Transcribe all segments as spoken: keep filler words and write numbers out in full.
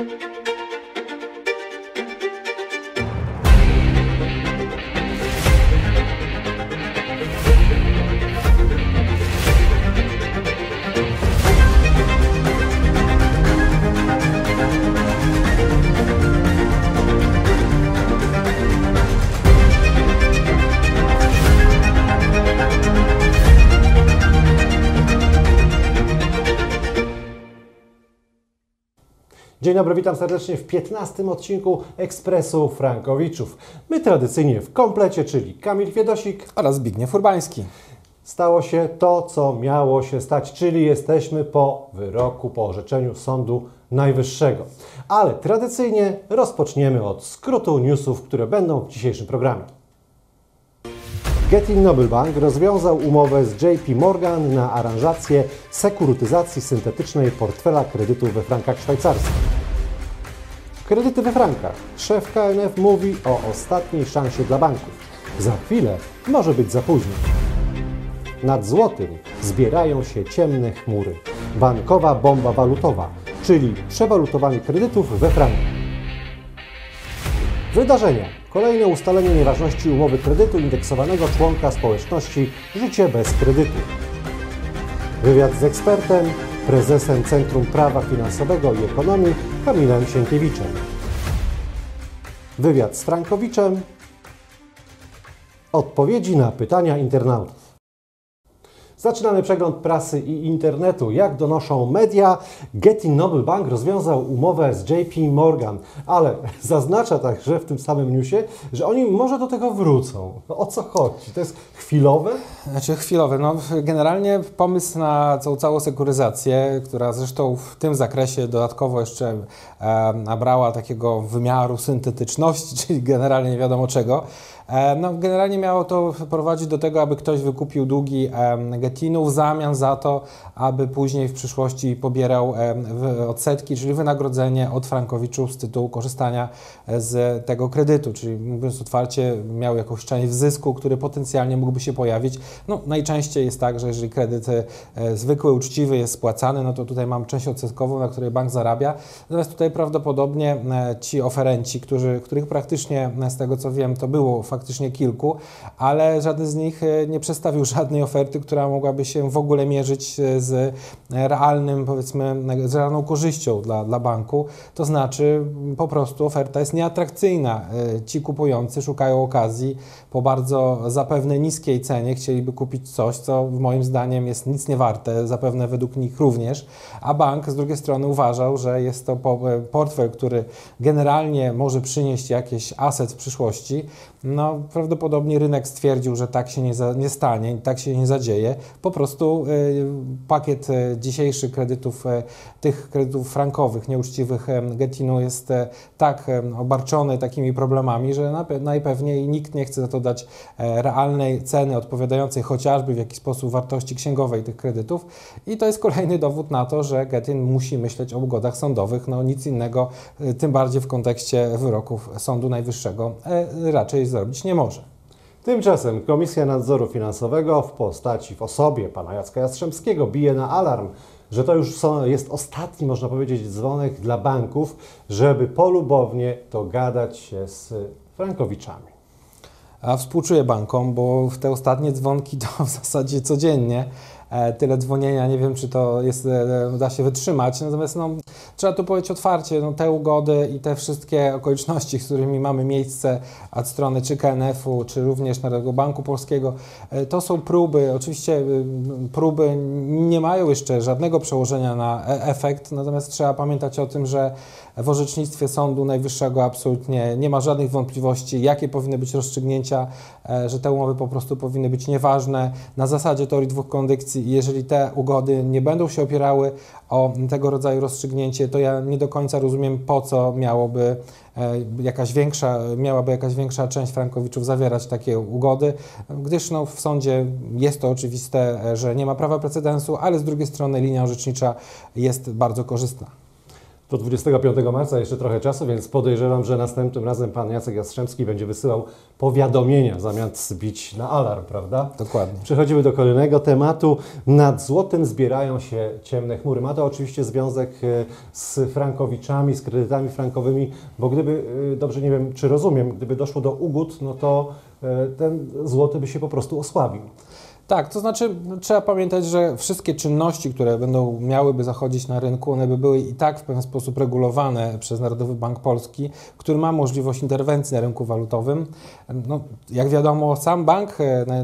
Dzień dobry, witam serdecznie w piętnastym odcinku Ekspresu Frankowiczów. My tradycyjnie w komplecie, czyli Kamil Wiedosik oraz Zbigniew Urbański. Stało się to, co miało się stać, czyli jesteśmy po wyroku, po orzeczeniu Sądu Najwyższego. Ale tradycyjnie rozpoczniemy od skrótu newsów, które będą w dzisiejszym programie. Getin Noble Bank rozwiązał umowę z J P Morgan na aranżację sekurytyzacji syntetycznej portfela kredytów we frankach szwajcarskich. Kredyty we frankach. Szef K N F mówi o ostatniej szansie dla banków. Za chwilę może być za późno. Nad złotym zbierają się ciemne chmury. Bankowa bomba walutowa, czyli przewalutowanie kredytów we frankach. Wydarzenia. Kolejne ustalenie nieważności umowy kredytu indeksowanego członka społeczności Życie bez kredytu. Wywiad z ekspertem, prezesem Centrum Prawa Finansowego i Ekonomii Kamilem Sienkiewiczem. Wywiad z Frankowiczem. Odpowiedzi na pytania internautów. Zaczynamy przegląd prasy i internetu. Jak donoszą media, Getin Noble Bank rozwiązał umowę z J P Morgan, ale zaznacza także w tym samym newsie, że oni może do tego wrócą. No, o co chodzi? To jest chwilowe? Znaczy chwilowe. No, generalnie pomysł na tą całą sekuryzację, która zresztą w tym zakresie dodatkowo jeszcze e, nabrała takiego wymiaru syntetyczności, czyli generalnie nie wiadomo czego. E, no, generalnie miało to prowadzić do tego, aby ktoś wykupił długi e, Getinu w zamian za to, aby później w przyszłości pobierał e, odsetki, czyli wynagrodzenie od frankowiczów z tytułu korzystania z tego kredytu, czyli mówiąc otwarcie, miał jakąś część zysku, który potencjalnie mógłby się pojawić. No, najczęściej jest tak, że jeżeli kredyt e, zwykły, uczciwy jest spłacany, no to tutaj mam część odsetkową, na której bank zarabia. Natomiast tutaj prawdopodobnie e, ci oferenci, którzy, których praktycznie z tego co wiem, to było faktycznie kilku, ale żaden z nich nie przedstawił żadnej oferty, która mogłaby się w ogóle mierzyć z realnym, powiedzmy, z realną korzyścią dla, dla banku. To znaczy po prostu oferta jest nieatrakcyjna. Ci kupujący szukają okazji po bardzo zapewne niskiej cenie, chcieliby kupić coś, co moim zdaniem jest nic nie warte, zapewne według nich również, a bank z drugiej strony uważał, że jest to portfel, który generalnie może przynieść jakiś aset w przyszłości. No, prawdopodobnie rynek stwierdził, że tak się nie, za, nie stanie, tak się nie zadzieje. Po prostu y, pakiet y, dzisiejszych kredytów, y, tych kredytów frankowych, nieuczciwych y, Getinu jest y, tak y, obarczony takimi problemami, że na, najpewniej nikt nie chce za to dać y, realnej ceny odpowiadającej chociażby w jakiś sposób wartości księgowej tych kredytów. I to jest kolejny dowód na to, że Getin musi myśleć o ugodach sądowych. No, nic innego, y, tym bardziej w kontekście wyroków Sądu Najwyższego, y, raczej zrobić nie może. Tymczasem Komisja Nadzoru Finansowego w postaci, w osobie pana Jacka Jastrzębskiego bije na alarm, że to już są, jest ostatni, można powiedzieć, dzwonek dla banków, żeby polubownie dogadać się z frankowiczami. A współczuję bankom, bo te ostatnie dzwonki to w zasadzie codziennie. Tyle dzwonienia, nie wiem, czy to jest, da się wytrzymać, natomiast no, trzeba tu powiedzieć otwarcie, no, te ugody i te wszystkie okoliczności, z którymi mamy miejsce od strony czy K N F-u, czy również Narodowego Banku Polskiego, to są próby, oczywiście próby nie mają jeszcze żadnego przełożenia na efekt, natomiast trzeba pamiętać o tym, że w orzecznictwie Sądu Najwyższego absolutnie nie ma żadnych wątpliwości, jakie powinny być rozstrzygnięcia, że te umowy po prostu powinny być nieważne na zasadzie teorii dwóch kondycji. I jeżeli te ugody nie będą się opierały o tego rodzaju rozstrzygnięcie, to ja nie do końca rozumiem, po co miałoby jakaś większa, miałaby jakaś większa część frankowiczów zawierać takie ugody, gdyż no, w sądzie jest to oczywiste, że nie ma prawa precedensu, ale z drugiej strony linia orzecznicza jest bardzo korzystna. Do dwudziestego piątego marca jeszcze trochę czasu, więc podejrzewam, że następnym razem pan Jacek Jastrzębski będzie wysyłał powiadomienia zamiast bić na alarm, prawda? Dokładnie. Przechodzimy do kolejnego tematu. Nad złotym zbierają się ciemne chmury. Ma to oczywiście związek z frankowiczami, z kredytami frankowymi, bo gdyby, dobrze nie wiem, czy rozumiem, gdyby doszło do ugód, no to ten złoty by się po prostu osłabił. Tak, to znaczy trzeba pamiętać, że wszystkie czynności, które będą miałyby zachodzić na rynku, one by były i tak w pewien sposób regulowane przez Narodowy Bank Polski, który ma możliwość interwencji na rynku walutowym. No, jak wiadomo, sam bank,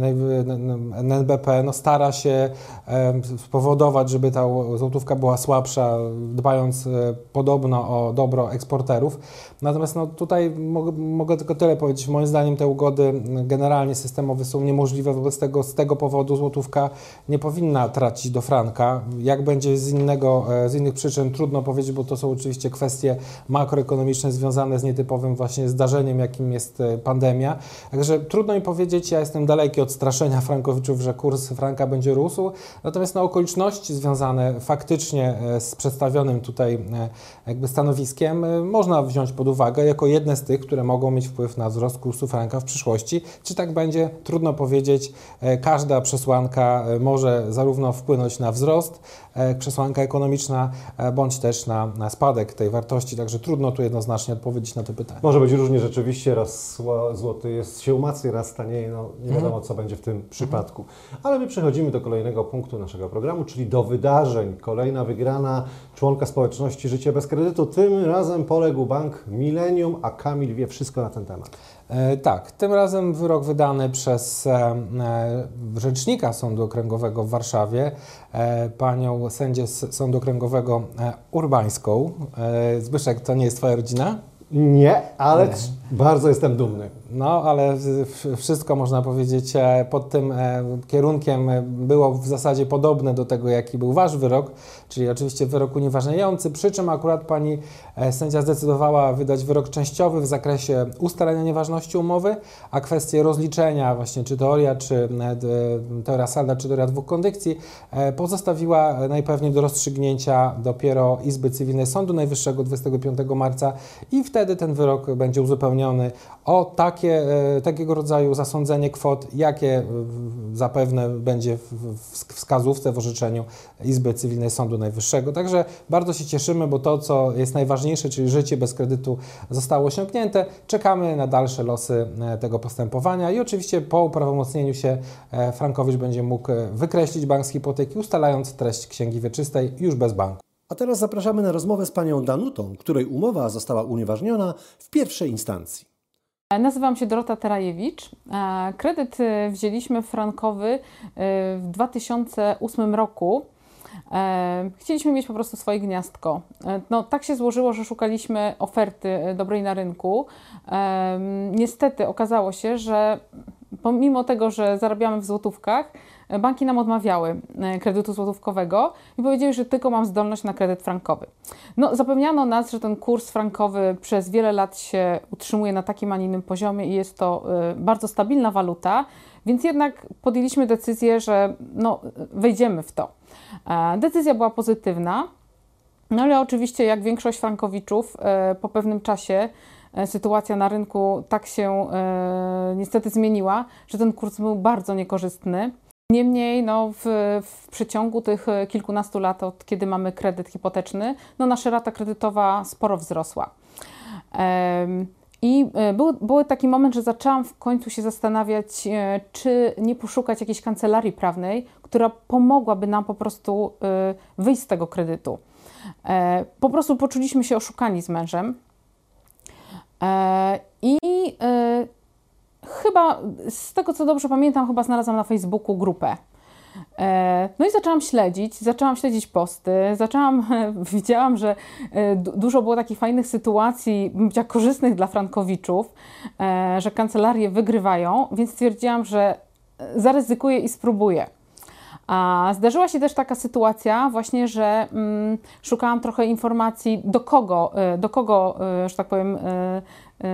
N B P, no, stara się spowodować, żeby ta złotówka była słabsza, dbając podobno o dobro eksporterów. Natomiast no, tutaj mogę, mogę tylko tyle powiedzieć. Moim zdaniem te ugody generalnie systemowe są niemożliwe, wobec tego z tego powodu złotówka nie powinna tracić do franka. Jak będzie z, innego, z innych przyczyn, trudno powiedzieć, bo to są oczywiście kwestie makroekonomiczne związane z nietypowym właśnie zdarzeniem, jakim jest pandemia. Także trudno mi powiedzieć, ja jestem daleki od straszenia frankowiczów, że kurs franka będzie rósł. Natomiast na okoliczności związane faktycznie z przedstawionym tutaj jakby stanowiskiem można wziąć pod uwagę jako jedne z tych, które mogą mieć wpływ na wzrost kursu franka w przyszłości. Czy tak będzie? Trudno powiedzieć. Każda przesłanka może zarówno wpłynąć na wzrost, przesłanka ekonomiczna, bądź też na, na spadek tej wartości, także trudno tu jednoznacznie odpowiedzieć na to pytanie. Może być różnie rzeczywiście, raz złoty jest się umacnia, raz tanieje, no nie wiadomo mhm. co będzie w tym przypadku. Ale my przechodzimy do kolejnego punktu naszego programu, czyli do wydarzeń. Kolejna wygrana członka społeczności Życie bez kredytu. Tym razem poległ Bank Millennium, a Kamil wie wszystko na ten temat. E, tak, tym razem wyrok wydany przez e, e, rzecznika Sądu Okręgowego w Warszawie, e, panią sędzię z Sądu Okręgowego e, Urbańską. E, Zbyszek, to nie jest twoja rodzina? Nie, ale nie. Bardzo jestem dumny. No, ale wszystko można powiedzieć pod tym kierunkiem było w zasadzie podobne do tego, jaki był wasz wyrok, czyli oczywiście wyrok unieważniający, przy czym akurat pani sędzia zdecydowała wydać wyrok częściowy w zakresie ustalenia nieważności umowy, a kwestie rozliczenia właśnie czy teoria, czy teoria salda, czy teoria dwóch kondycji pozostawiła najpewniej do rozstrzygnięcia dopiero Izby Cywilnej Sądu Najwyższego dwudziestego piątego marca i wtedy ten wyrok będzie uzupełniony o takie, takiego rodzaju zasądzenie kwot, jakie zapewne będzie w wskazówce w orzeczeniu Izby Cywilnej Sądu Najwyższego. Także bardzo się cieszymy, bo to, co jest najważniejsze, czyli życie bez kredytu, zostało osiągnięte. Czekamy na dalsze losy tego postępowania i oczywiście po uprawomocnieniu się frankowicz będzie mógł wykreślić bank z hipoteki, ustalając treść księgi wieczystej już bez banku. A teraz zapraszamy na rozmowę z panią Danutą, której umowa została unieważniona w pierwszej instancji. Nazywam się Dorota Terajewicz. Kredyt wzięliśmy frankowy w dwa tysiące ósmym roku. Chcieliśmy mieć po prostu swoje gniazdko. No, tak się złożyło, że szukaliśmy oferty dobrej na rynku. Niestety okazało się, że pomimo tego, że zarabiamy w złotówkach, banki nam odmawiały kredytu złotówkowego i powiedzieli, że tylko mam zdolność na kredyt frankowy. No, zapewniano nas, że ten kurs frankowy przez wiele lat się utrzymuje na takim, a nie innym poziomie i jest to bardzo stabilna waluta, więc jednak podjęliśmy decyzję, że no, wejdziemy w to. Decyzja była pozytywna, no ale oczywiście jak większość frankowiczów po pewnym czasie sytuacja na rynku tak się niestety zmieniła, że ten kurs był bardzo niekorzystny. Niemniej no, w, w przeciągu tych kilkunastu lat, od kiedy mamy kredyt hipoteczny, no, nasza rata kredytowa sporo wzrosła. I był, był taki moment, że zaczęłam w końcu się zastanawiać, czy nie poszukać jakiejś kancelarii prawnej, która pomogłaby nam po prostu wyjść z tego kredytu. Po prostu poczuliśmy się oszukani z mężem. I chyba, z tego co dobrze pamiętam, chyba znalazłam na Facebooku grupę. No i zaczęłam śledzić, zaczęłam śledzić posty, zaczęłam, widziałam, że dużo było takich fajnych sytuacji, korzystnych dla frankowiczów, że kancelarie wygrywają, więc stwierdziłam, że zaryzykuję i spróbuję. A zdarzyła się też taka sytuacja właśnie, że mm, szukałam trochę informacji, do kogo, do kogo, że tak powiem, y, y,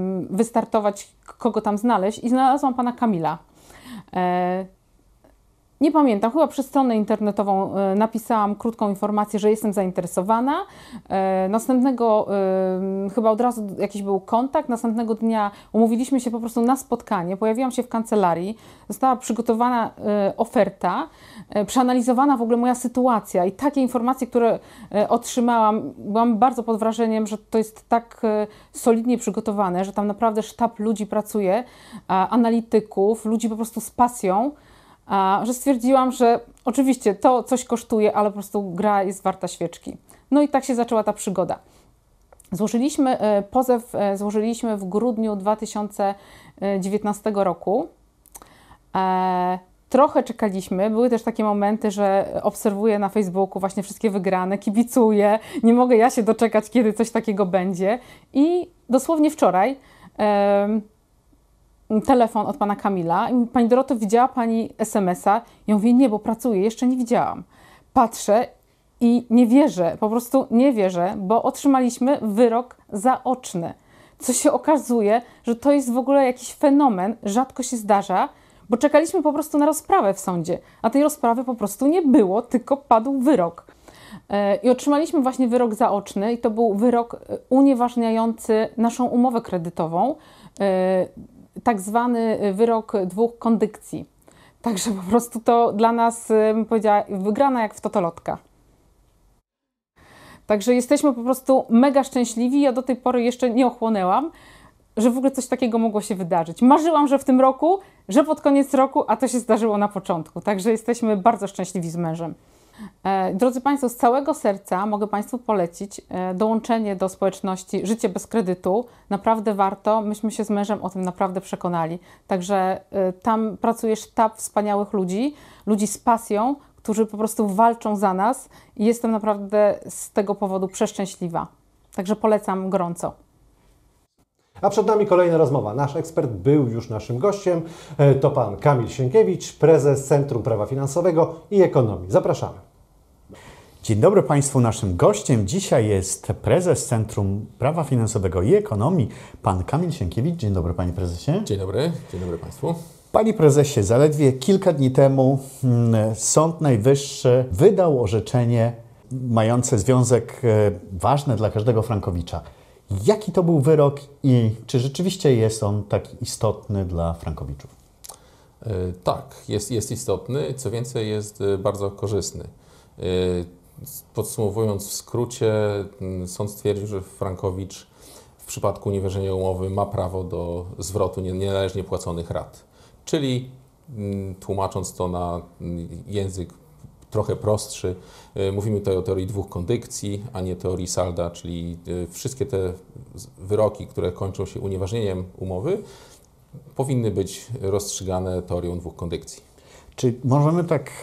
wystartować, kogo tam znaleźć i znalazłam pana Kamila. E, Nie pamiętam, chyba przez stronę internetową y, napisałam krótką informację, że jestem zainteresowana. Y, następnego, y, chyba od razu jakiś był kontakt, następnego dnia umówiliśmy się po prostu na spotkanie. Pojawiłam się w kancelarii, została przygotowana y, oferta, y, przeanalizowana w ogóle moja sytuacja i takie informacje, które y, otrzymałam, byłam bardzo pod wrażeniem, że to jest tak y, solidnie przygotowane, że tam naprawdę sztab ludzi pracuje, y, analityków, ludzi po prostu z pasją, A, że stwierdziłam, że oczywiście to coś kosztuje, ale po prostu gra jest warta świeczki. No i tak się zaczęła ta przygoda. Złożyliśmy pozew, złożyliśmy w grudniu dwa tysiące dziewiętnastego roku. E, trochę czekaliśmy, były też takie momenty, że obserwuję na Facebooku właśnie wszystkie wygrane, kibicuję, nie mogę ja się doczekać, kiedy coś takiego będzie. I dosłownie wczoraj e, telefon od pana Kamila i mówi: pani Doroto, widziała pani es em es a? Ja mówię: nie, bo pracuję, jeszcze nie widziałam. Patrzę i nie wierzę, po prostu nie wierzę, bo otrzymaliśmy wyrok zaoczny. Co się okazuje, że to jest w ogóle jakiś fenomen, rzadko się zdarza, bo czekaliśmy po prostu na rozprawę w sądzie, a tej rozprawy po prostu nie było, tylko padł wyrok. I otrzymaliśmy właśnie wyrok zaoczny i to był wyrok unieważniający naszą umowę kredytową, tak zwany wyrok dwóch kondykcji. Także po prostu to dla nas, bym powiedziała, wygrana jak w totolotka. Także jesteśmy po prostu mega szczęśliwi. Ja do tej pory jeszcze nie ochłonęłam, że w ogóle coś takiego mogło się wydarzyć. Marzyłam, że w tym roku, że pod koniec roku, a to się zdarzyło na początku. Także jesteśmy bardzo szczęśliwi z mężem. E, drodzy Państwo, z całego serca mogę Państwu polecić e, dołączenie do społeczności Życie bez kredytu. Naprawdę warto. Myśmy się z mężem o tym naprawdę przekonali. Także e, tam pracuje sztab wspaniałych ludzi, ludzi z pasją, którzy po prostu walczą za nas i jestem naprawdę z tego powodu przeszczęśliwa. Także polecam gorąco. A przed nami kolejna rozmowa. Nasz ekspert był już naszym gościem. To pan Kamil Sienkiewicz, prezes Centrum Prawa Finansowego i Ekonomii. Zapraszamy. Dzień dobry Państwu. Naszym gościem dzisiaj jest prezes Centrum Prawa Finansowego i Ekonomii, pan Kamil Sienkiewicz. Dzień dobry, panie prezesie. Dzień dobry. Dzień dobry Państwu. Panie prezesie, zaledwie kilka dni temu Sąd Najwyższy wydał orzeczenie mające związek ważny dla każdego frankowicza. Jaki to był wyrok i czy rzeczywiście jest on tak istotny dla frankowiczów? Yy, tak, jest, jest istotny, co więcej jest bardzo korzystny. Yy, podsumowując w skrócie, sąd stwierdził, że frankowicz w przypadku unieważnienia umowy ma prawo do zwrotu nienależnie płaconych rat. Czyli yy, tłumacząc to na język trochę prostszy, mówimy tutaj o teorii dwóch kondykcji, a nie teorii salda, czyli wszystkie te wyroki, które kończą się unieważnieniem umowy, powinny być rozstrzygane teorią dwóch kondykcji. Czy możemy tak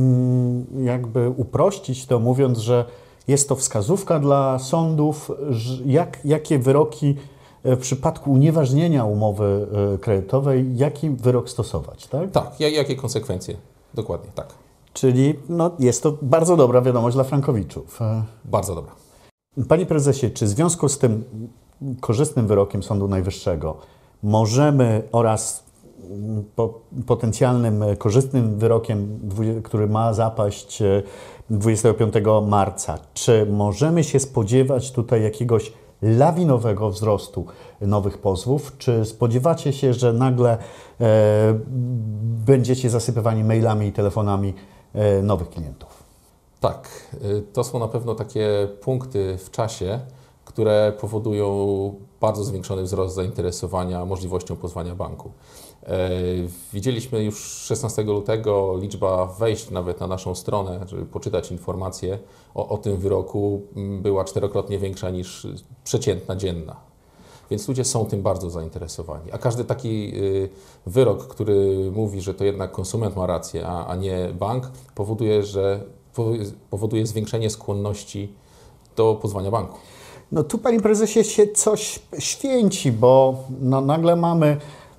jakby uprościć to, mówiąc, że jest to wskazówka dla sądów, jak, jakie wyroki w przypadku unieważnienia umowy kredytowej, jaki wyrok stosować, tak? Tak, jakie konsekwencje, dokładnie, tak. Czyli no, jest to bardzo dobra wiadomość dla frankowiczów. Bardzo dobra. Panie prezesie, czy w związku z tym korzystnym wyrokiem Sądu Najwyższego możemy oraz po, potencjalnym korzystnym wyrokiem, który ma zapaść dwudziestego piątego marca, czy możemy się spodziewać tutaj jakiegoś lawinowego wzrostu nowych pozwów? Czy spodziewacie się, że nagle e, będziecie zasypywani mailami i telefonami e, nowych klientów? Tak, to są na pewno takie punkty w czasie, które powodują bardzo zwiększony wzrost zainteresowania możliwością pozwania banku. E, widzieliśmy już szesnastego lutego liczba wejść nawet na naszą stronę, żeby poczytać informacje o, o tym wyroku, była czterokrotnie większa niż przeciętna dzienna. Więc ludzie są tym bardzo zainteresowani. A każdy taki y, wyrok, który mówi, że to jednak konsument ma rację, a, a nie bank, powoduje, że powoduje zwiększenie skłonności do pozwania banku. No tu, panie prezesie, się coś święci, bo no, nagle mamy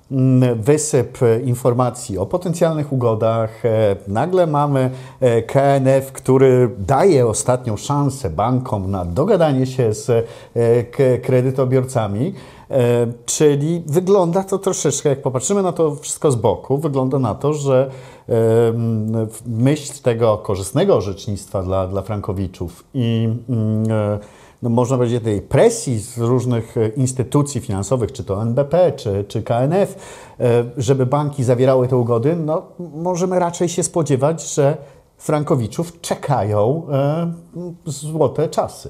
wysyp informacji o potencjalnych ugodach, nagle mamy K N F, który daje ostatnią szansę bankom na dogadanie się z kredytobiorcami Czyli wygląda to troszeczkę, jak popatrzymy na to wszystko z boku, wygląda na to, że w myśl tego korzystnego orzecznictwa dla, dla frankowiczów i no można powiedzieć tej presji z różnych instytucji finansowych, czy to N B P, czy, czy K N F, żeby banki zawierały te ugody, no możemy raczej się spodziewać, że frankowiczów czekają złote czasy.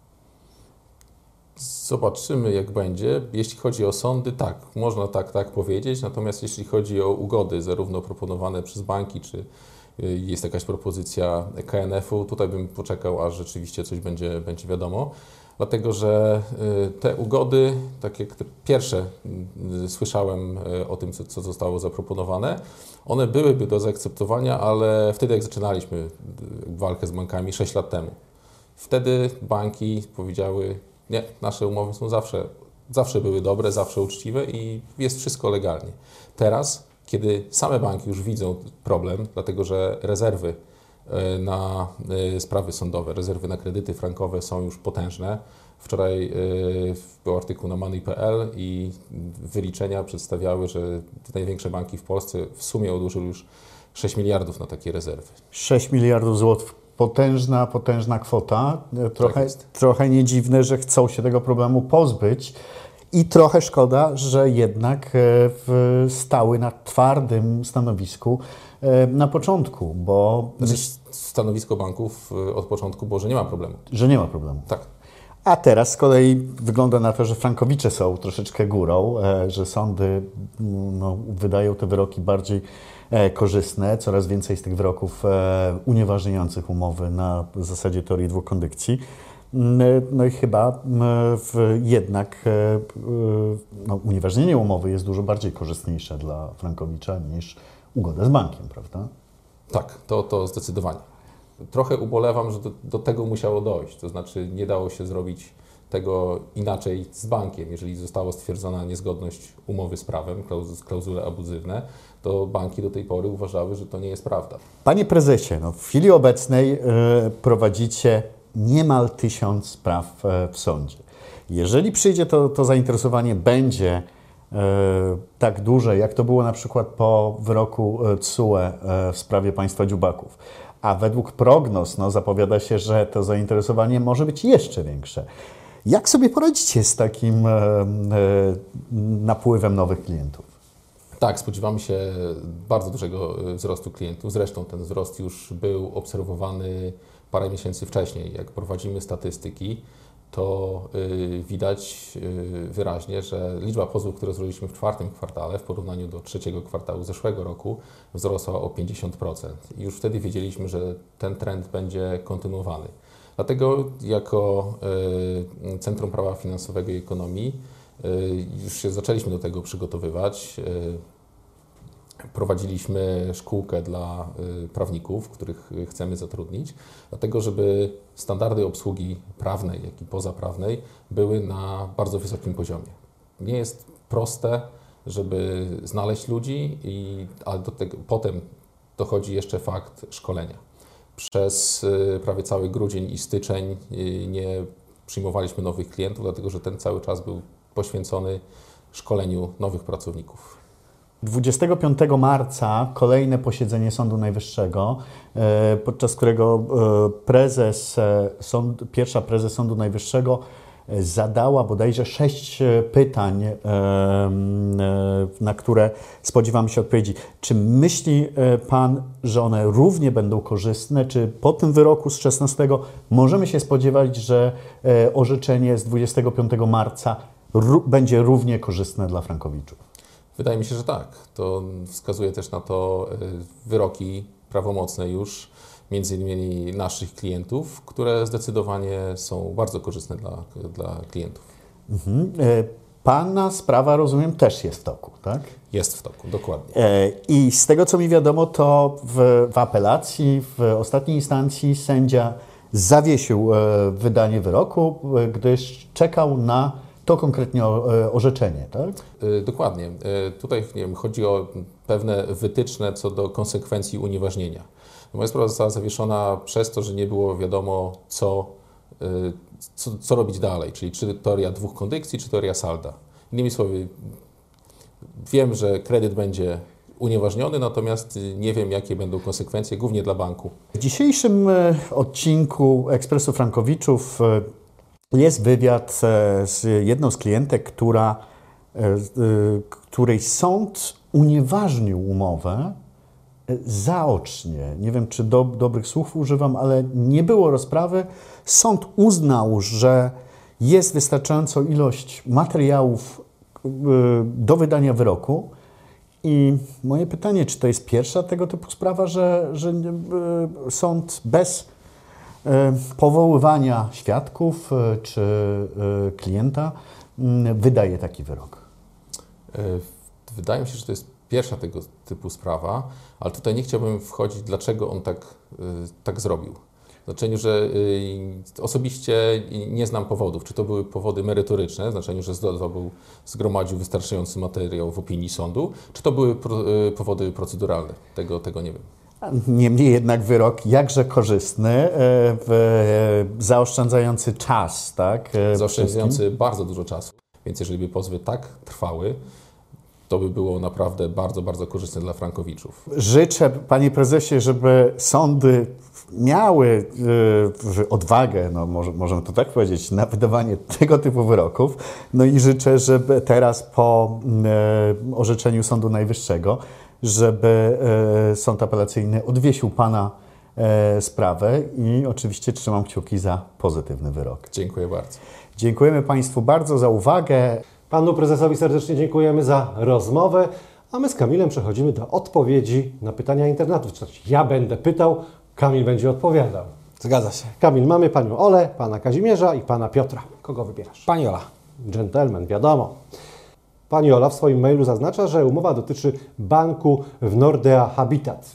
Zobaczymy, jak będzie. Jeśli chodzi o sądy, tak, można tak, tak powiedzieć. Natomiast jeśli chodzi o ugody, zarówno proponowane przez banki, czy jest jakaś propozycja K N F-u, tutaj bym poczekał, aż rzeczywiście coś będzie, będzie wiadomo. Dlatego, że te ugody, tak jak te pierwsze słyszałem o tym, co, co zostało zaproponowane, one byłyby do zaakceptowania, ale wtedy, jak zaczynaliśmy walkę z bankami sześć lat temu, wtedy banki powiedziały: nie, nasze umowy są zawsze, zawsze były dobre, zawsze uczciwe i jest wszystko legalnie. Teraz, kiedy same banki już widzą problem, dlatego że rezerwy na sprawy sądowe, rezerwy na kredyty frankowe są już potężne. Wczoraj był artykuł na money kropka p l i wyliczenia przedstawiały, że największe banki w Polsce w sumie odłożyły już sześć miliardów na takie rezerwy. sześć miliardów złotych. Potężna, potężna kwota. Trochę, tak trochę nie dziwne, że chcą się tego problemu pozbyć i trochę szkoda, że jednak stały na twardym stanowisku na początku, bo... Znaczy, stanowisko banków od początku było, że nie ma problemu. Że nie ma problemu. Tak. A teraz z kolei wygląda na to, że frankowicze są troszeczkę górą, że sądy no, wydają te wyroki bardziej korzystne. Coraz więcej z tych wyroków unieważniających umowy na zasadzie teorii dwóch kondykcji. No i chyba w, jednak no, unieważnienie umowy jest dużo bardziej korzystniejsze dla frankowicza niż ugoda z bankiem, prawda? Tak, to, to zdecydowanie. Trochę ubolewam, że do, do tego musiało dojść, to znaczy nie dało się zrobić tego inaczej z bankiem. Jeżeli została stwierdzona niezgodność umowy z prawem, klauzule abuzywne, to banki do tej pory uważały, że to nie jest prawda. Panie prezesie, no w chwili obecnej y, prowadzicie niemal tysiąc spraw y, w sądzie. Jeżeli przyjdzie to, to zainteresowanie będzie y, tak duże, jak to było na przykład po wyroku T S U E y, w sprawie państwa dziubaków, a według prognoz no, zapowiada się, że to zainteresowanie może być jeszcze większe. Jak sobie poradzicie z takim e, e, napływem nowych klientów? Tak, spodziewamy się bardzo dużego wzrostu klientów. Zresztą ten wzrost już był obserwowany parę miesięcy wcześniej. Jak prowadzimy statystyki, to y, widać y, wyraźnie, że liczba pozwów, które złożyliśmy w czwartym kwartale w porównaniu do trzeciego kwartału zeszłego roku wzrosła o pięćdziesiąt procent. I już wtedy wiedzieliśmy, że ten trend będzie kontynuowany. Dlatego jako y, Centrum Prawa Finansowego i Ekonomii y, już się zaczęliśmy do tego przygotowywać. Y, Prowadziliśmy szkółkę dla y, prawników, których chcemy zatrudnić, dlatego żeby standardy obsługi prawnej, jak i pozaprawnej były na bardzo wysokim poziomie. Nie jest proste, żeby znaleźć ludzi, i, ale do tego, potem dochodzi jeszcze fakt szkolenia. Przez y, prawie cały grudzień i styczeń y, nie przyjmowaliśmy nowych klientów, dlatego że ten cały czas był poświęcony szkoleniu nowych pracowników. dwudziestego piątego marca kolejne posiedzenie Sądu Najwyższego, podczas którego prezes, sąd, pierwsza prezes Sądu Najwyższego zadała bodajże sześć pytań, na które spodziewamy się odpowiedzi. Czy myśli Pan, że one równie będą korzystne? Czy po tym wyroku z szesnastego możemy się spodziewać, że orzeczenie z dwudziestego piątego marca będzie równie korzystne dla frankowiczów? Wydaje mi się, że tak. To wskazuje też na to wyroki prawomocne już, między innymi naszych klientów, które zdecydowanie są bardzo korzystne dla, dla klientów. Mhm. Pana sprawa, rozumiem, też jest w toku, tak? Jest w toku, dokładnie. I z tego, co mi wiadomo, to w, w apelacji, w ostatniej instancji sędzia zawiesił wydanie wyroku, gdyż czekał na to konkretnie orzeczenie, tak? Dokładnie. Tutaj nie wiem, chodzi o pewne wytyczne co do konsekwencji unieważnienia. Moja sprawa została zawieszona przez to, że nie było wiadomo, co, co, co robić dalej, czyli czy teoria dwóch kondykcji, czy teoria salda. Innymi słowy, wiem, że kredyt będzie unieważniony, natomiast nie wiem, jakie będą konsekwencje, głównie dla banku. W dzisiejszym odcinku Ekspresu Frankowiczów jest wywiad z jedną z klientek, która, której sąd unieważnił umowę zaocznie. Nie wiem, czy do, dobrych słów używam, ale nie było rozprawy. Sąd uznał, że jest wystarczająca ilość materiałów do wydania wyroku. I moje pytanie, czy to jest pierwsza tego typu sprawa, że, że sąd bez powoływania świadków czy klienta wydaje taki wyrok? Wydaje mi się, że to jest pierwsza tego typu sprawa, ale tutaj nie chciałbym wchodzić, dlaczego on tak, tak zrobił. W znaczeniu, że osobiście nie znam powodów. Czy to były powody merytoryczne, w znaczeniu, że zdobył, zgromadził wystarczający materiał w opinii sądu, czy to były powody proceduralne. Tego, tego nie wiem. Niemniej jednak wyrok jakże korzystny, w, zaoszczędzający czas, tak? Zaoszczędzający wszystkim. bardzo dużo czasu. Więc jeżeli by pozwy tak trwały, to by było naprawdę bardzo, bardzo korzystne dla frankowiczów. Życzę, panie prezesie, żeby sądy miały y, odwagę, no może, możemy to tak powiedzieć, na wydawanie tego typu wyroków. No i życzę, żeby teraz po y, orzeczeniu Sądu Najwyższego, żeby y, Sąd Apelacyjny odwiesił pana y, sprawę i oczywiście trzymam kciuki za pozytywny wyrok. Dziękuję bardzo. Dziękujemy państwu bardzo za uwagę. Panu prezesowi serdecznie dziękujemy za rozmowę, a my z Kamilem przechodzimy do odpowiedzi na pytania internatów. Znaczy, ja będę pytał, Kamil będzie odpowiadał. Zgadza się. Kamil, mamy panią Olę, pana Kazimierza i pana Piotra. Kogo wybierasz? Pani Ola. Dżentelmen, wiadomo. Pani Ola w swoim mailu zaznacza, że umowa dotyczy banku w Nordea Habitat.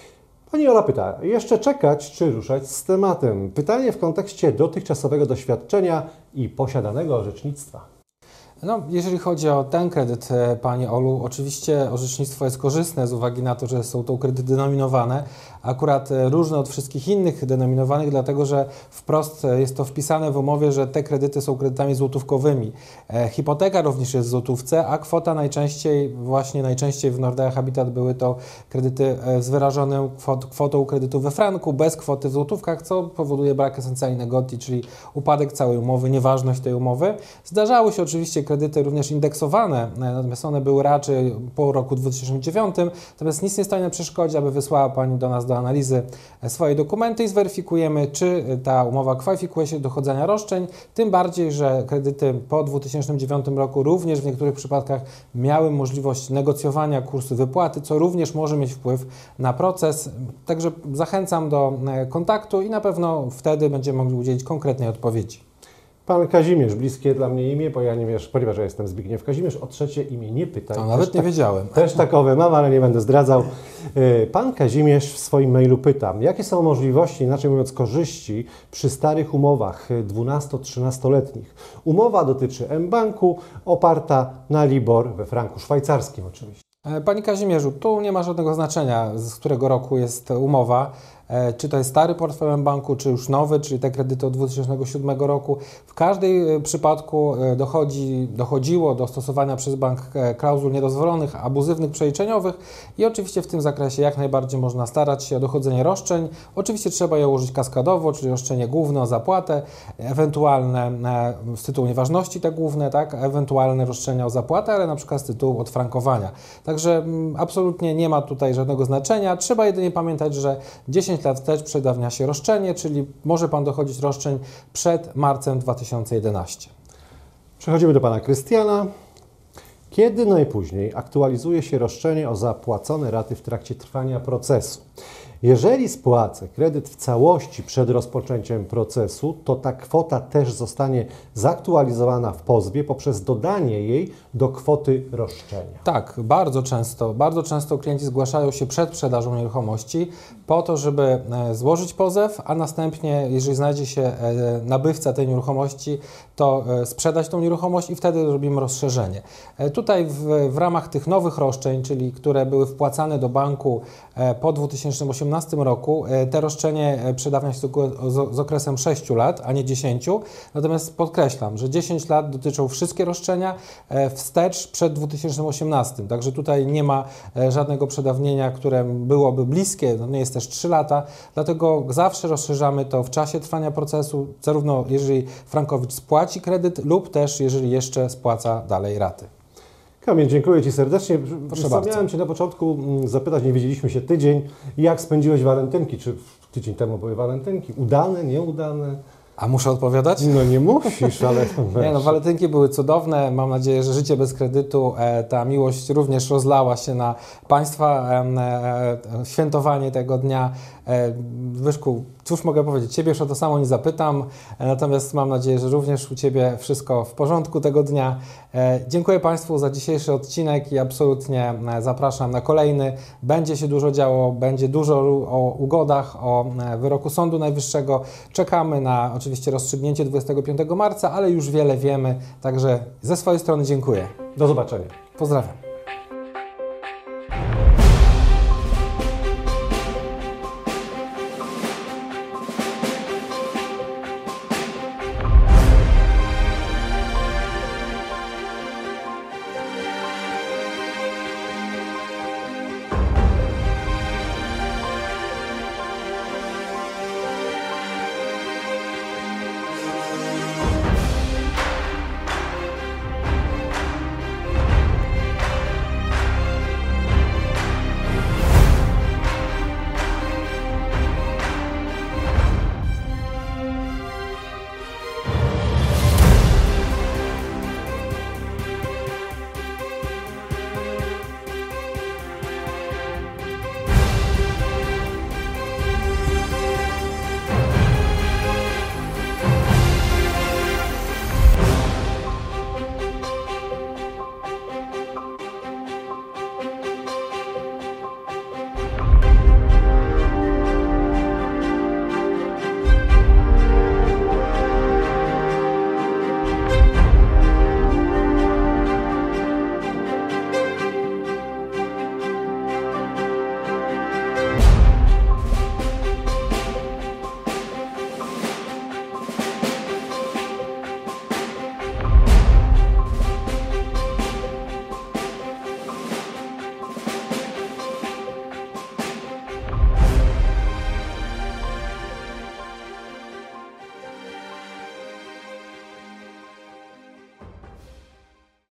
Pani Ola pyta, jeszcze czekać czy ruszać z tematem? Pytanie w kontekście dotychczasowego doświadczenia i posiadanego orzecznictwa. No, jeżeli chodzi o ten kredyt, Pani Olu, oczywiście orzecznictwo jest korzystne z uwagi na to, że są to kredyty denominowane, akurat różne od wszystkich innych denominowanych, dlatego że wprost jest to wpisane w umowie, że te kredyty są kredytami złotówkowymi. Hipoteka również jest w złotówce, a kwota najczęściej, właśnie najczęściej w Nordea Habitat były to kredyty z wyrażoną kwot, kwotą kredytu we franku, bez kwoty w złotówkach, co powoduje brak esencjalnej negotii, czyli upadek całej umowy, nieważność tej umowy. Zdarzały się oczywiście kredyty również indeksowane, natomiast one były raczej po roku dwa tysiące dziewiątym, natomiast nic nie stoi na przeszkodzie, aby wysłała Pani do nas do analizy swoje dokumenty i zweryfikujemy, czy ta umowa kwalifikuje się do dochodzenia roszczeń, tym bardziej, że kredyty po dwa tysiące dziewiątym roku również w niektórych przypadkach miały możliwość negocjowania kursu wypłaty, co również może mieć wpływ na proces, także zachęcam do kontaktu i na pewno wtedy będziemy mogli udzielić konkretnej odpowiedzi. Pan Kazimierz, bliskie dla mnie imię, bo ja nie wiesz, ponieważ ja jestem Zbigniew Kazimierz, o trzecie imię nie pytaj. To nawet nie tak, wiedziałem. Też takowe mam, ale nie będę zdradzał. Pan Kazimierz w swoim mailu pyta, jakie są możliwości, inaczej mówiąc korzyści, przy starych umowach dwunasto-trzynastoletnich. Umowa dotyczy mBanku, oparta na LIBOR we franku szwajcarskim oczywiście. Panie Kazimierzu, tu nie ma żadnego znaczenia, z którego roku jest umowa. Czy to jest stary portfel mBanku, czy już nowy, czyli te kredyty od dwa tysiące siódmego roku. W każdym przypadku dochodzi, dochodziło do stosowania przez bank klauzul niedozwolonych, abuzywnych, przeliczeniowych i oczywiście w tym zakresie jak najbardziej można starać się o dochodzenie roszczeń. Oczywiście trzeba je ułożyć kaskadowo, czyli roszczenie główne o zapłatę, ewentualne z tytułu nieważności te główne, tak, ewentualne roszczenia o zapłatę, ale na przykład z tytułu odfrankowania. Także absolutnie nie ma tutaj żadnego znaczenia. Trzeba jedynie pamiętać, że dziesięć lat wstecz przedawnia się roszczenie, czyli może Pan dochodzić roszczeń przed marcem dwa tysiące jedenastego. Przechodzimy do Pana Krystiana. Kiedy najpóźniej aktualizuje się roszczenie o zapłacone raty w trakcie trwania procesu? Jeżeli spłacę kredyt w całości przed rozpoczęciem procesu, to ta kwota też zostanie zaktualizowana w pozwie poprzez dodanie jej do kwoty roszczenia. Tak, bardzo często, bardzo często klienci zgłaszają się przed sprzedażą nieruchomości po to, żeby złożyć pozew, a następnie, jeżeli znajdzie się nabywca tej nieruchomości, to sprzedać tą nieruchomość i wtedy robimy rozszerzenie. Tutaj w, w ramach tych nowych roszczeń, czyli które były wpłacane do banku po dwa tysiące osiemnastym osiemnastym roku te roszczenie przedawnia się z okresem sześciu lat, a nie dziesięciu. Natomiast podkreślam, że dziesięć lat dotyczą wszystkie roszczenia wstecz przed dwa tysiące osiemnastym. Także tutaj nie ma żadnego przedawnienia, które byłoby bliskie, no nie jest też trzy lata. Dlatego zawsze rozszerzamy to w czasie trwania procesu, zarówno jeżeli frankowicz spłaci kredyt lub też jeżeli jeszcze spłaca dalej raty. Kamil, dziękuję Ci serdecznie. Proszę bardzo. Miałem Cię na początku zapytać, nie widzieliśmy się tydzień, jak spędziłeś walentynki? Czy tydzień temu były walentynki? Udane, nieudane? A muszę odpowiadać? No nie musisz, ale... Nie, no, walentynki były cudowne. Mam nadzieję, że życie bez kredytu, e, ta miłość również rozlała się na Państwa. E, e, świętowanie tego dnia. E, Wyszku, cóż mogę powiedzieć? Ciebie już o to samo nie zapytam, e, natomiast mam nadzieję, że również u Ciebie wszystko w porządku tego dnia. E, dziękuję Państwu za dzisiejszy odcinek i absolutnie zapraszam na kolejny. Będzie się dużo działo, będzie dużo o ugodach, o wyroku Sądu Najwyższego. Czekamy na oczywiście rozstrzygnięcie dwudziestego piątego marca, ale już wiele wiemy, także ze swojej strony dziękuję. Do zobaczenia. Pozdrawiam.